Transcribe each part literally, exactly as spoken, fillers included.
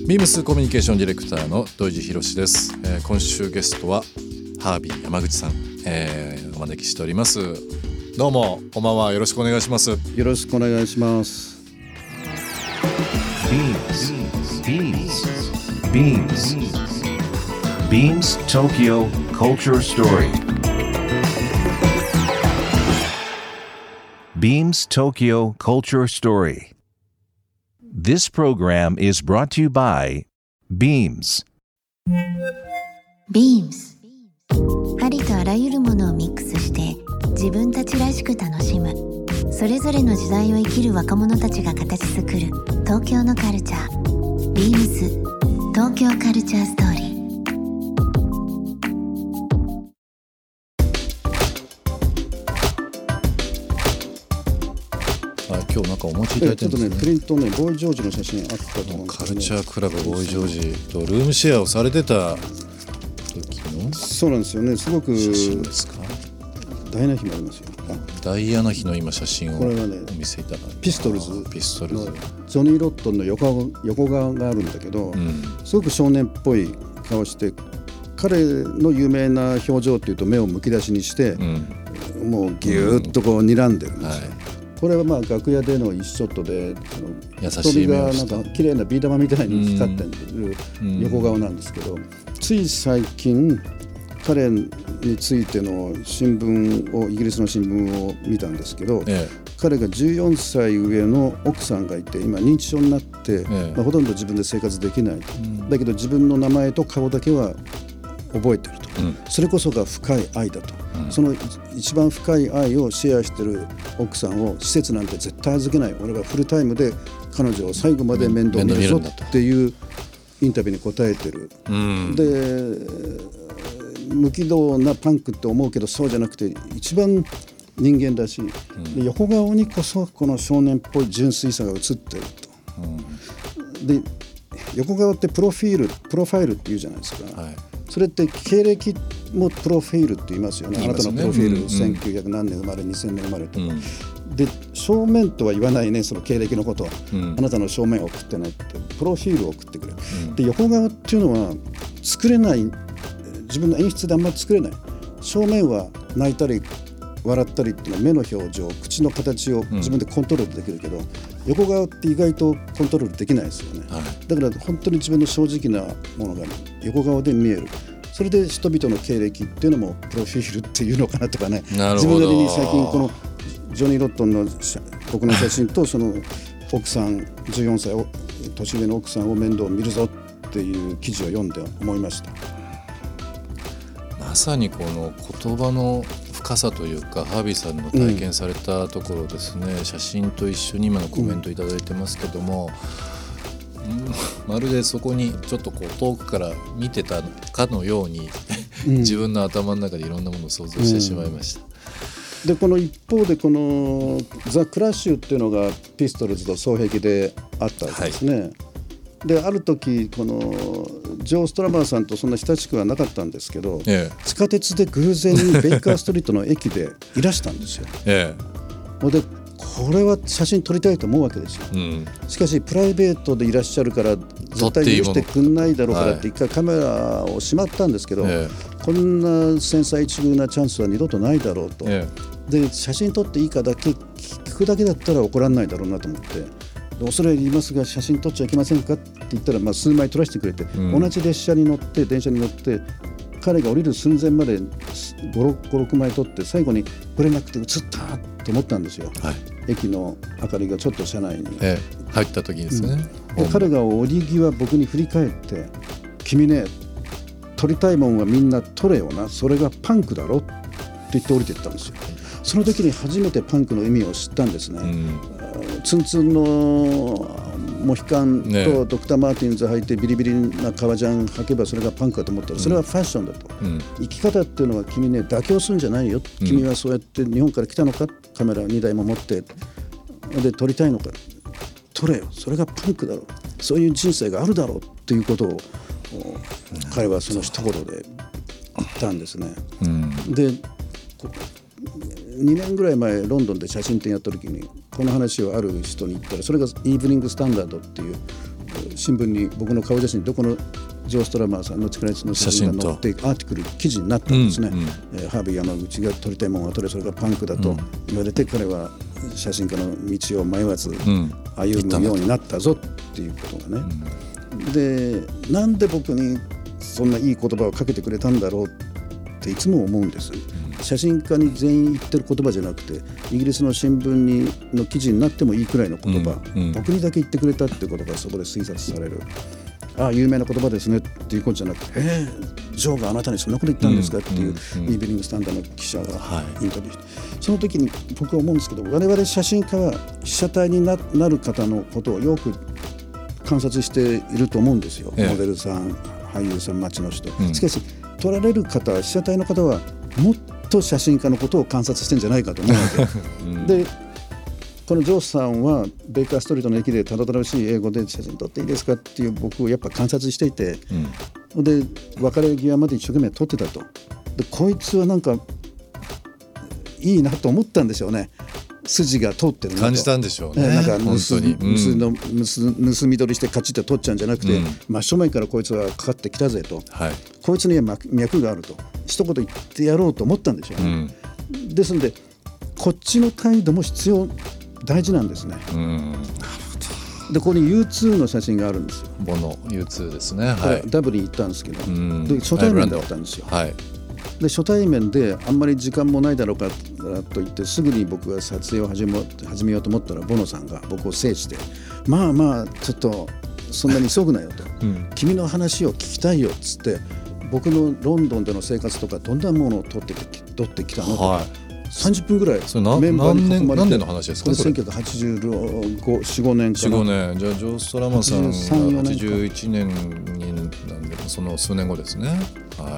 ビームスコミュニケーションディレクターの土井地博です、えー、今週ゲストはハービー山口さん、えー、お招きしております。どうもこんばんは、よろしくお願いします。 よろしくお願いします。 ビームス ビームス ビームス Tokyo Culture Storyビームス Tokyo Culture Story. This program is brought to you by Beams. Beams ありとあらゆるものをミックスして自分たちらしく楽しむ、それぞれの時代を生きる若者たちが形作る東京のカルチャー。 Beams 東京カルチャーストーリー。 今日なんかお持ちいただいてるんですね。 ちょっとね、プリントね、ボーイジョージの写真あったと思うんですけど、 カルチャークラブボーイジョージとルームシェアをされてた時のそうなんですよね。すごく写真ですか。 ダイアナ妃もありますよ。 ダイアナ妃の今写真をこれはね、 お見せいただいて、 ピストルズピストルズのジョニー・ロットンの 横, 横顔があるんだけど、うん、すごく少年っぽい顔して、彼の有名な表情っていうと目をむき出しにして、うん、もうギューッとこう睨んでるんですよ、うん、はい。これはまあ楽屋での一ショットで、 優しい目を瞳がなんか綺麗なビー玉みたいに光ってる横顔なんですけど、つい最近彼についての新聞をイギリスの新聞を見たんですけど、ええ、彼がじゅうよんさい上の奥さんがいて、今認知症になって、ええまあ、ほとんど自分で生活できない、うん、だけど自分の名前と顔だけは覚えてると、うん、それこそが深い愛だと、うん、その一番深い愛をシェアしてる奥さんを施設なんて絶対預けない、俺はフルタイムで彼女を最後まで面倒見るぞっていうインタビューに答えてる、うん、で無軌道なパンクって思うけど、そうじゃなくて一番人間らしい、うん、で横顔にこそこの少年っぽい純粋さが映ってると、うん、で横顔ってプロフィールプロファイルっていうじゃないですか、はい、それって経歴もプロフィールって言いますよね。あなたのプロフィール、うん、せんきゅうひゃく何年生まれにせんねん生まれとか、うん、で正面とは言わないね、その経歴のことは、うん、あなたの正面を送ってないってプロフィールを送ってくれる、うん、で横顔っていうのは作れない、自分の演出であんまり作れない。正面は泣いたり笑ったりっていうのは目の表情、口の形を自分でコントロールできるけど、うん、横顔って意外とコントロールできないですよね、はい、だから本当に自分の正直なものが横顔で見える。それで人々の経歴っていうのもプロフィールっていうのかなとかね、自分なりに最近このジョニー・ロットンの僕の写真とその奥さんじゅうよんさい年上の奥さんを面倒を見るぞっていう記事を読んで思いました。 まさにこの言葉の深さというか、ハービーさんの体験されたところですね、うん、写真と一緒に今のコメントいただいてますけども、うん、まるでそこにちょっとこう遠くから見てたかのように自分の頭の中でいろんなものを想像してしまいました、 うん、でこの一方でこのザ・クラッシュっていうのがピストルズと双璧であったわけですね、はい。である時このジョー・ストラマーさんとそんな親しくはなかったんですけど、ええ、地下鉄で偶然にベイカーストリートの駅でいらしたんですよ、ええ、でこれは写真撮りたいと思うわけですよ、うん、しかしプライベートでいらっしゃるから絶対許してくんないだろうからって一回カメラをしまったんですけど、ええ、こんな繊細一遇なチャンスは二度とないだろうと、ええ、で写真撮っていいかだけ聞くだけだったら怒らないだろうなと思って、恐れ入りますが写真撮っちゃいけませんかって言ったら、まあ、数枚撮らせてくれて、うん、同じ列車に乗って電車に乗って彼が降りる寸前までご、ろくまい撮って、最後にこれなくて映ったと思ったんですよ、はい、駅の明かりがちょっと車内に、 ええ、入った時ですね、 うん、で彼が降り際僕に振り返って、君ね撮りたいもんはみんな撮れよな、それがパンクだろって言って降りていったんですよ。その時に初めてパンクの意味を知ったんですね、うん、ツンツンのモヒカンとドクター・マーティンズ履いてビリビリな革ジャン履けばそれがパンクだと思ったら、それはファッションだと、うん、生き方っていうのは君ね妥協するんじゃないよ、うん、君はそうやって日本から来たのか、カメラにだいも持ってで撮りたいのか、撮れよ、それがパンクだろう、そういう人生があるだろうっていうことを、うん、彼はその一言で言ったんですね、うん、でにねんぐらい前ロンドンで写真展やった時にこの話をある人に言ったら、それがイーブニングスタンダードっていう新聞に僕の顔写真どこのジョー・ストラマーさんの力強の写真が載ってアーティクル記事になったんですね、うんうんえー、ハービー山口が撮りたいものは撮れ、それがパンクだと言われて、うん、彼は写真家の道を迷わず歩むようになったぞっていうことがね、うん、でなんで僕にそんないい言葉をかけてくれたんだろうっていつも思うんです。写真家に全員言ってる言葉じゃなくて、イギリスの新聞にの記事になってもいいくらいの言葉、うんうん、僕にだけ言ってくれたってことがそこで推察される。ああ有名な言葉ですねっていうことじゃなくて、えー、ジョーがあなたにそんなこと言ったんですか、うん、っていう、うん、イーブニングスタンダードの記者がインタビューして、はい、その時に僕は思うんですけど、我々写真家は被写体に な, なる方のことをよく観察していると思うんですよ、ええ、モデルさん、俳優さん、街の人、うん、しかし撮られる方、被写体の方はもっと写真家のことを観察してるんじゃないかと思うわけ、うん、でこのジョーさんはベイカーストリートの駅でたどたどしい英語で写真撮っていいですかっていう僕をやっぱ観察していて、うん、で別れ際まで一生懸命撮ってたと。でこいつはなんかいいなと思ったんでしょうね。筋が通ってるなと感じたんでしょうね。 なんか盗み、うん、盗み取りしてカチッと取っちゃうんじゃなくて、うん、真正面からこいつはかかってきたぜと、はい、こいつには脈があると一言言ってやろうと思ったんでしょうね、うん、ですのでこっちの態度も必要大事なんですね、うん、でここに ユーツー の写真があるんですよ。 ボノ ユーツー ですね、はい、 ダブに行ったんですけど、うん、で初対面だったんですよ、はい、で初対面であんまり時間もないだろうかと言ってすぐに僕が撮影を始め、始めようと思ったらボノさんが僕を制してまあまあちょっとそんなに急ぐなよと、うん、君の話を聞きたいよっつって僕のロンドンでの生活とかどんなものを撮って撮ってきたのとか、はいさんじゅっぷんぐらいそれなメンバーに囲まれて何年の話ですか。 これせんきゅうひゃくはちじゅうご、よん、ごねんかな。よん、ごねんじゃあジョー・ストラマーさんがはちじゅういちねんになんでその数年後ですね、はい、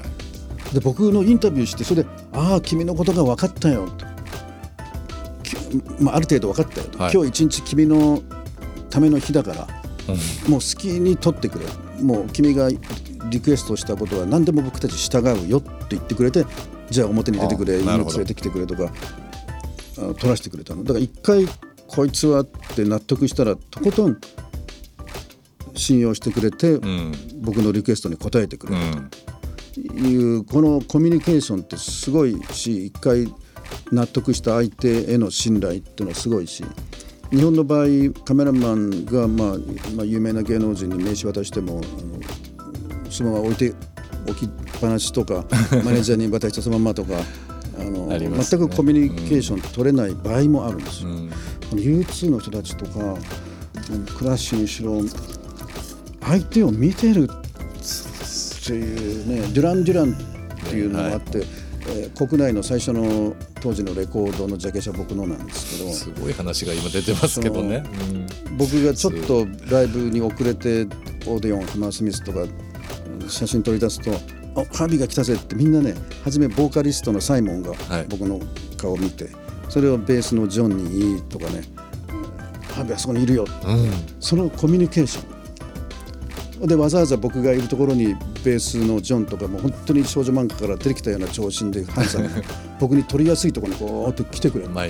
で僕のインタビューしてそれでああ君のことが分かったよと、まあ、ある程度分かったよと、はい、今日一日君のための日だから、うん、もう好きに撮ってくれ、もう君がリクエストしたことは何でも僕たち従うよって言ってくれて、じゃあ表に出てくれ、犬連れてきてくれとか撮らせてくれたのだから一回こいつはって納得したらとことん信用してくれて、うん、僕のリクエストに応えてくれたという、うん、このコミュニケーションってすごいし、一回納得した相手への信頼っていうのはすごいし、日本の場合カメラマンが、まあまあ、有名な芸能人に名刺渡してもあのそのまま置いて置きっぱなしとかマネージャーに渡したそのままとかあのあ、ね、全くコミュニケーション取れない場合もあるんですよ、うん、この ユーツー の人たちとかクラッシュにしろ相手を見てるっていうね、デュラン・デュランっていうのがあって、はいえー、国内の最初の当時のレコードのジャケ写僕のなんですけど、 すごい話が今出てますけどね、 うん、僕がちょっとライブに遅れてオーディオン、ハマー・スミスとか写真撮り出すとあハービーが来たぜってみんなね、初めボーカリストのサイモンが僕の顔を見て、はい、それをベースのジョンにいいとかね、ハービーはそこにいるよ、うん、そのコミュニケーションでわざわざ僕がいるところにベースのジョンとかも本当に少女漫画から出てきたような長身でハンサム僕に撮りやすいところにこうって来てくれる、うん、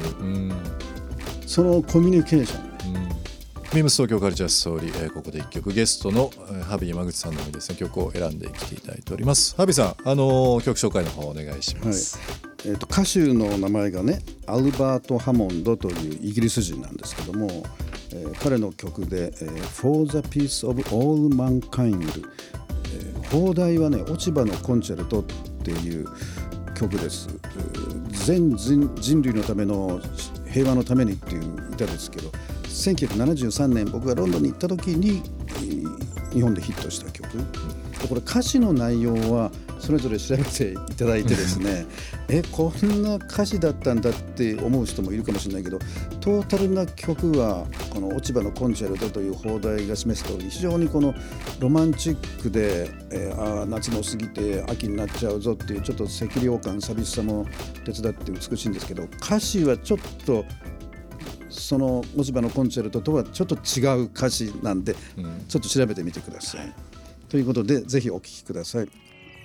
そのコミュニケーション、 ビームス東京カルチャーストーリー、えー、ここでいっきょくゲストの、えー、ハービー山口さんのみですね曲を選んできていただいております。ハービーさん、あのー、曲紹介の方お願いします、 はいえー、と歌手の名前がねアルバート・ハモンドというイギリス人なんですけども、えー、彼の曲で、えー、For the Peace of All Mankind、えー、放題はね落ち葉のコンチェルトっていう曲です。全 人, 人類のための平和のためにっていう歌ですけど、せんきゅうひゃくななじゅうさんねん僕がロンドンに行った時に日本でヒットした曲、うん、これ歌詞の内容はそれぞれ調べていただいてですねえこんな歌詞だったんだって思う人もいるかもしれないけど、トータルな曲はこの落ち葉のコンチェルトという放題が示す通り非常にこのロマンチックで、えー、あ夏も過ぎて秋になっちゃうぞっていうちょっと赤涼感寂しさも手伝って美しいんですけど、歌詞はちょっとその落ち葉のコンチェルトとはちょっと違う歌詞なんで、うん、ちょっと調べてみてください、はい、ということでぜひお聞きください。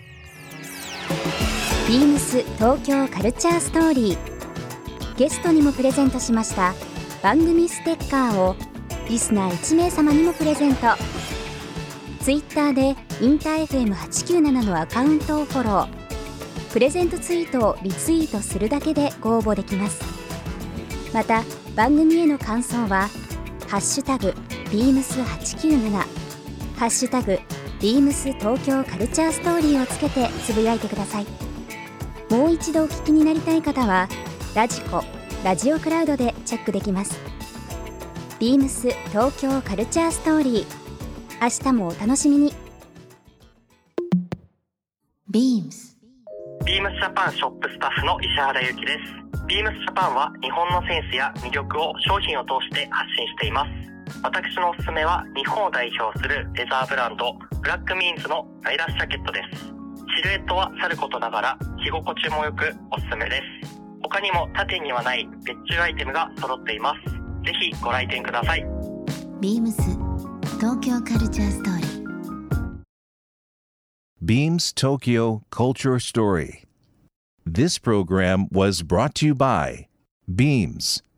ビームス東京カルチャーストーリー、ゲストにもプレゼントしました番組ステッカーをリスナーいちめいさまにもプレゼント。 ツイッターでインター エフエムはちきゅうなな のアカウントをフォロー。プレゼントツイートをリツイートするだけでご応募できます。また番組への感想はハッシュタグビームスはちきゅうなな、ハッシュタグビームス東京カルチャーストーリーをつけてつぶやいてください。もう一度お聞きになりたい方はラジコ、ラジオクラウドでチェックできます。ビームス東京カルチャーストーリー、明日もお楽しみに。 ビームスビームスジャパンショップスタッフの石原由紀です。ビームスジャパンは日本のセンスや魅力を商品を通して発信しています。私のおすすめは日本を代表するレザーブランドブラックミーンズのライダースジャケットです。シルエットはさることながら着心地もよくおすすめです。他にも他店にはない別注アイテムが揃っています。ぜひご来店ください。 ビームス東京カルチャーストーリー。 Beams Tokyo Culture Story. This program was brought to you by Beams.